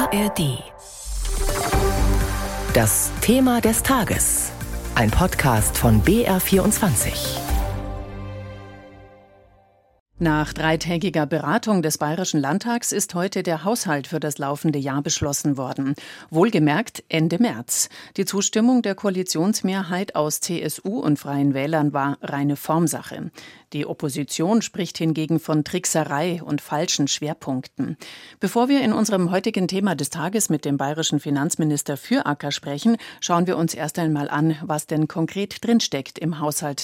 ARD. Das Thema des Tages. Ein Podcast von BR24. Nach dreitägiger Beratung des Bayerischen Landtags ist heute der Haushalt für das laufende Jahr beschlossen worden. Wohlgemerkt Ende März. Die Zustimmung der Koalitionsmehrheit aus CSU und Freien Wählern war reine Formsache. Die Opposition spricht hingegen von Trickserei und falschen Schwerpunkten. Bevor wir in unserem heutigen Thema des Tages mit dem bayerischen Finanzminister Füracker sprechen, schauen wir uns erst einmal an, was denn konkret drinsteckt im Haushalt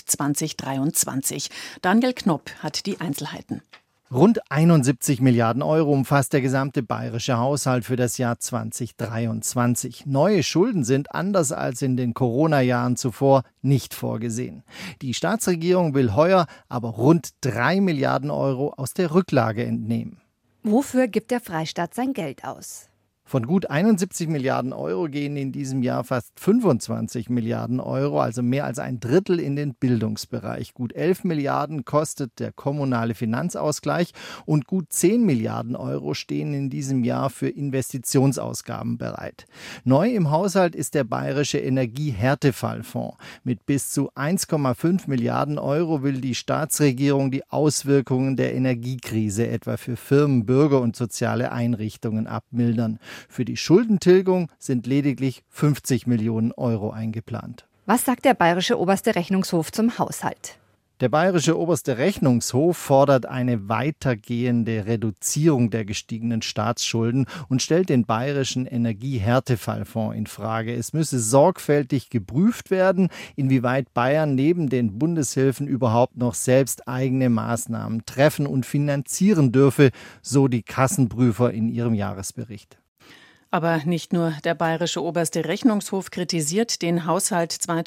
2023. Daniel Knopp hat die Einzelheiten. Rund 71 Milliarden Euro umfasst der gesamte bayerische Haushalt für das Jahr 2023. Neue Schulden sind, anders als in den Corona-Jahren zuvor, nicht vorgesehen. Die Staatsregierung will heuer aber rund 3 Milliarden Euro aus der Rücklage entnehmen. Wofür gibt der Freistaat sein Geld aus? Von gut 71 Milliarden Euro gehen in diesem Jahr fast 25 Milliarden Euro, also mehr als ein Drittel, in den Bildungsbereich. Gut 11 Milliarden kostet der kommunale Finanzausgleich und gut 10 Milliarden Euro stehen in diesem Jahr für Investitionsausgaben bereit. Neu im Haushalt ist der Bayerische Energiehärtefallfonds. Mit bis zu 1,5 Milliarden Euro will die Staatsregierung die Auswirkungen der Energiekrise etwa für Firmen, Bürger und soziale Einrichtungen abmildern. Für die Schuldentilgung sind lediglich 50 Millionen Euro eingeplant. Was sagt der Bayerische Oberste Rechnungshof zum Haushalt? Der Bayerische Oberste Rechnungshof fordert eine weitergehende Reduzierung der gestiegenen Staatsschulden und stellt den Bayerischen Energiehärtefallfonds in Frage. Es müsse sorgfältig geprüft werden, inwieweit Bayern neben den Bundeshilfen überhaupt noch selbst eigene Maßnahmen treffen und finanzieren dürfe, so die Kassenprüfer in ihrem Jahresbericht. Aber nicht nur der Bayerische Oberste Rechnungshof kritisiert den Haushalt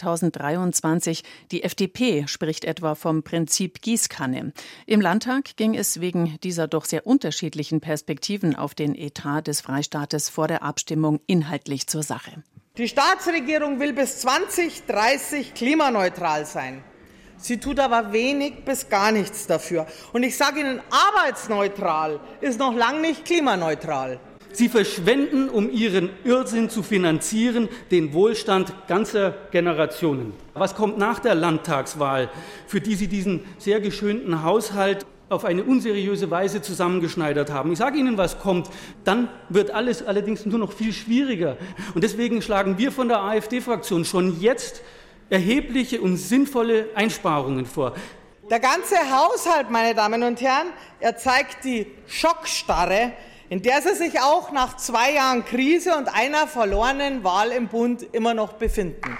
2023. Die FDP spricht etwa vom Prinzip Gießkanne. Im Landtag ging es wegen dieser doch sehr unterschiedlichen Perspektiven auf den Etat des Freistaates vor der Abstimmung inhaltlich zur Sache. Die Staatsregierung will bis 2030 klimaneutral sein. Sie tut aber wenig bis gar nichts dafür. Und ich sage Ihnen, arbeitsneutral ist noch lange nicht klimaneutral. Sie verschwenden, um ihren Irrsinn zu finanzieren, den Wohlstand ganzer Generationen. Was kommt nach der Landtagswahl, für die Sie diesen sehr geschönten Haushalt auf eine unseriöse Weise zusammengeschneidert haben? Ich sage Ihnen, was kommt. Dann wird alles allerdings nur noch viel schwieriger. Und deswegen schlagen wir von der AfD-Fraktion schon jetzt erhebliche und sinnvolle Einsparungen vor. Der ganze Haushalt, meine Damen und Herren, er zeigt die Schockstarre, in der Sie sich auch nach 2 Jahren Krise und einer verlorenen Wahl im Bund immer noch befinden.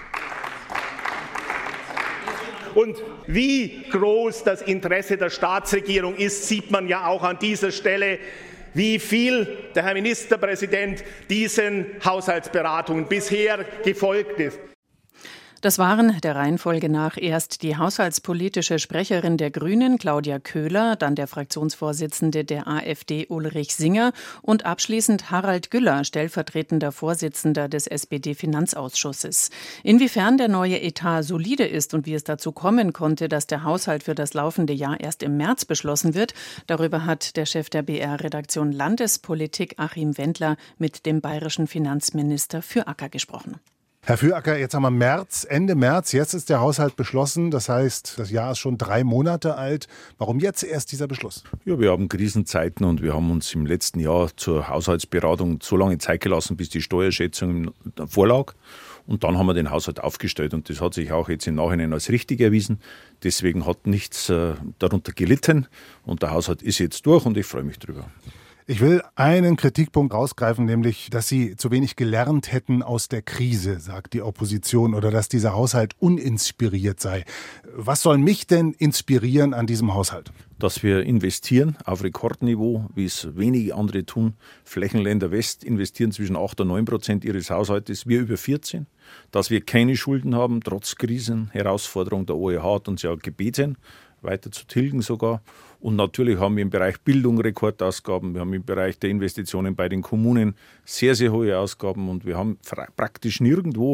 Und wie groß das Interesse der Staatsregierung ist, sieht man ja auch an dieser Stelle, wie viel der Herr Ministerpräsident diesen Haushaltsberatungen bisher gefolgt ist. Das waren der Reihenfolge nach erst die haushaltspolitische Sprecherin der Grünen, Claudia Köhler, dann der Fraktionsvorsitzende der AfD, Ulrich Singer und abschließend Harald Güller, stellvertretender Vorsitzender des SPD-Finanzausschusses. Inwiefern der neue Etat solide ist und wie es dazu kommen konnte, dass der Haushalt für das laufende Jahr erst im März beschlossen wird, darüber hat der Chef der BR-Redaktion Landespolitik, Achim Wendler, mit dem bayerischen Finanzminister Füracker gesprochen. Herr Füracker, jetzt haben wir März, Ende März, jetzt ist der Haushalt beschlossen. Das heißt, das Jahr ist schon 3 Monate alt. Warum jetzt erst dieser Beschluss? Ja, wir haben Krisenzeiten und wir haben uns im letzten Jahr zur Haushaltsberatung so lange Zeit gelassen, bis die Steuerschätzung vorlag. Und dann haben wir den Haushalt aufgestellt und das hat sich auch jetzt im Nachhinein als richtig erwiesen. Deswegen hat nichts darunter gelitten und der Haushalt ist jetzt durch und ich freue mich drüber. Ich will einen Kritikpunkt rausgreifen, nämlich, dass Sie zu wenig gelernt hätten aus der Krise, sagt die Opposition, oder dass dieser Haushalt uninspiriert sei. Was soll mich denn inspirieren an diesem Haushalt? Dass wir investieren auf Rekordniveau, wie es wenige andere tun. Flächenländer West investieren zwischen 8 und 9% ihres Haushaltes, wir über 14%. Dass wir keine Schulden haben, trotz Krisen, Herausforderung der OEH hat uns ja gebeten, weiter zu tilgen sogar. Und natürlich haben wir im Bereich Bildung Rekordausgaben, wir haben im Bereich der Investitionen bei den Kommunen sehr, sehr hohe Ausgaben und wir haben praktisch nirgendwo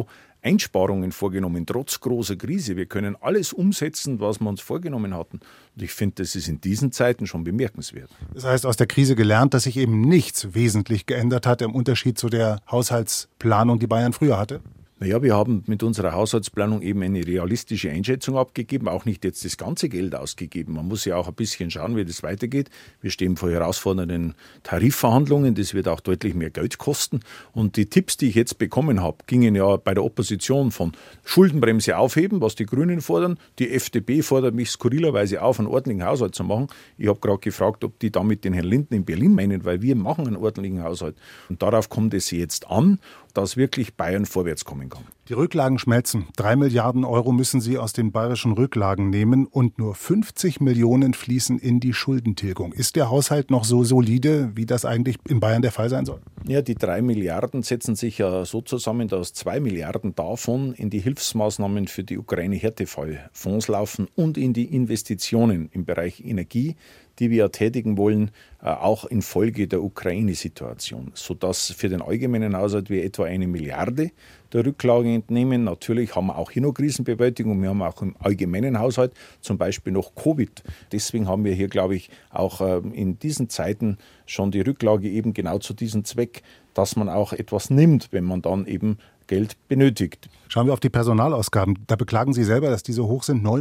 Einsparungen vorgenommen, trotz großer Krise. Wir können alles umsetzen, was wir uns vorgenommen hatten. Und ich finde, das ist in diesen Zeiten schon bemerkenswert. Das heißt, aus der Krise gelernt, dass sich eben nichts wesentlich geändert hat im Unterschied zu der Haushaltsplanung, die Bayern früher hatte? Naja, wir haben mit unserer Haushaltsplanung eben eine realistische Einschätzung abgegeben, auch nicht jetzt das ganze Geld ausgegeben. Man muss ja auch ein bisschen schauen, wie das weitergeht. Wir stehen vor herausfordernden Tarifverhandlungen, das wird auch deutlich mehr Geld kosten. Und die Tipps, die ich jetzt bekommen habe, gingen ja bei der Opposition von Schuldenbremse aufheben, was die Grünen fordern. Die FDP fordert mich skurrilerweise auf, einen ordentlichen Haushalt zu machen. Ich habe gerade gefragt, ob die damit den Herrn Lindner in Berlin meinen, weil wir machen einen ordentlichen Haushalt. Und darauf kommt es jetzt an, dass wirklich Bayern vorwärts kommen kann. Die Rücklagen schmelzen. 3 Milliarden Euro müssen Sie aus den bayerischen Rücklagen nehmen und nur 50 Millionen fließen in die Schuldentilgung. Ist der Haushalt noch so solide, wie das eigentlich in Bayern der Fall sein soll? Ja, die 3 Milliarden setzen sich ja so zusammen, dass 2 Milliarden davon in die Hilfsmaßnahmen für die Ukraine-Härtefallfonds laufen und in die Investitionen im Bereich Energie, die wir ja tätigen wollen, auch infolge der Ukraine-Situation, sodass für den allgemeinen Haushalt wir etwa 1 Milliarde der Rücklage entnehmen. Natürlich haben wir auch hier noch Krisenbewältigung, wir haben auch im allgemeinen Haushalt zum Beispiel noch Covid. Deswegen haben wir hier, glaube ich, auch in diesen Zeiten schon die Rücklage eben genau zu diesem Zweck, dass man auch etwas nimmt, wenn man dann eben Geld benötigt. Schauen wir auf die Personalausgaben. Da beklagen Sie selber, dass die so hoch sind,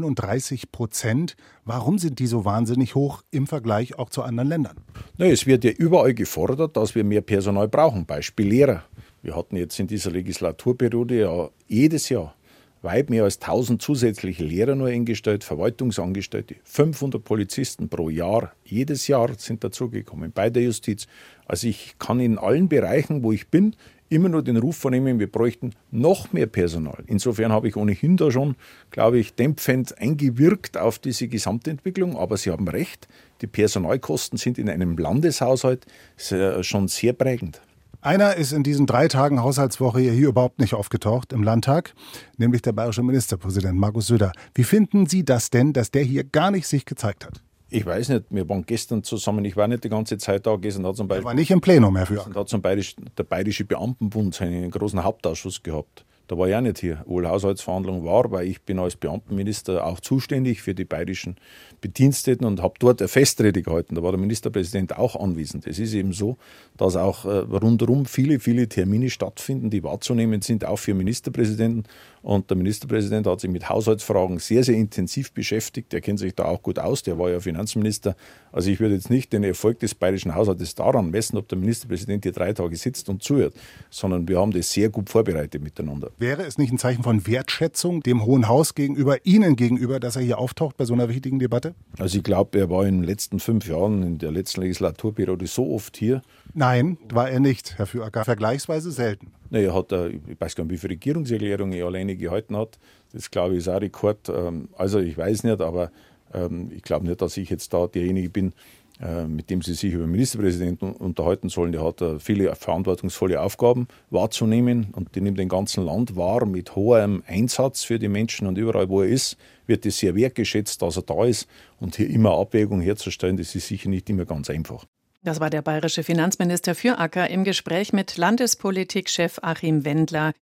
39%. Warum sind die so wahnsinnig hoch im Vergleich auch zu anderen Ländern? Es wird ja überall gefordert, dass wir mehr Personal brauchen, Beispiel Lehrer. Wir hatten jetzt in dieser Legislaturperiode ja jedes Jahr weit mehr als 1000 zusätzliche Lehrer nur eingestellt, Verwaltungsangestellte, 500 Polizisten pro Jahr, jedes Jahr sind dazugekommen bei der Justiz. Also ich kann in allen Bereichen, wo ich bin, immer nur den Ruf vernehmen, wir bräuchten noch mehr Personal. Insofern habe ich ohnehin da schon, glaube ich, dämpfend eingewirkt auf diese Gesamtentwicklung. Aber Sie haben recht, die Personalkosten sind in einem Landeshaushalt schon sehr prägend. Einer ist in diesen 3 Tagen Haushaltswoche hier überhaupt nicht aufgetaucht im Landtag, nämlich der bayerische Ministerpräsident Markus Söder. Wie finden Sie das denn, dass der hier gar nicht sich gezeigt hat? Ich weiß nicht, wir waren gestern zusammen, ich war nicht die ganze Zeit da, gestern hat zum Beispiel... Er war nicht im Plenum, Herr Führer. Hat zum Beispiel der Bayerische Beamtenbund seinen großen Hauptausschuss gehabt. Da war ich auch nicht hier, obwohl Haushaltsverhandlung war, weil ich bin als Beamtenminister auch zuständig für die bayerischen Bediensteten und habe dort eine Festrede gehalten. Da war der Ministerpräsident auch anwesend. Es ist eben so, dass auch rundherum viele Termine stattfinden, die wahrzunehmen sind, auch für Ministerpräsidenten. Und der Ministerpräsident hat sich mit Haushaltsfragen sehr, sehr intensiv beschäftigt. Der kennt sich da auch gut aus, der war ja Finanzminister. Also ich würde jetzt nicht den Erfolg des bayerischen Haushaltes daran messen, ob der Ministerpräsident hier 3 Tage sitzt und zuhört, sondern wir haben das sehr gut vorbereitet miteinander. Wäre es nicht ein Zeichen von Wertschätzung dem Hohen Haus gegenüber, Ihnen gegenüber, dass er hier auftaucht bei so einer wichtigen Debatte? Also ich glaube, er war in den letzten 5 Jahren, in der letzten Legislaturperiode so oft hier. Nein, war er nicht, Herr Füracker, vergleichsweise selten. Er hat, ich weiß gar nicht, wie viele Regierungserklärungen er alleine gehalten hat. Das, glaube ich, ist auch Rekord. Also ich weiß nicht, aber ich glaube nicht, dass ich jetzt da derjenige bin, mit dem Sie sich über den Ministerpräsidenten unterhalten sollen. Der hat viele verantwortungsvolle Aufgaben wahrzunehmen und die nimmt den ganzen Land wahr mit hohem Einsatz für die Menschen und überall, wo er ist, wird es sehr wertgeschätzt, dass er da ist und hier immer Abwägung herzustellen, das ist sicher nicht immer ganz einfach. Das war der bayerische Finanzminister Füracker im Gespräch mit Landespolitikchef Achim Wendler.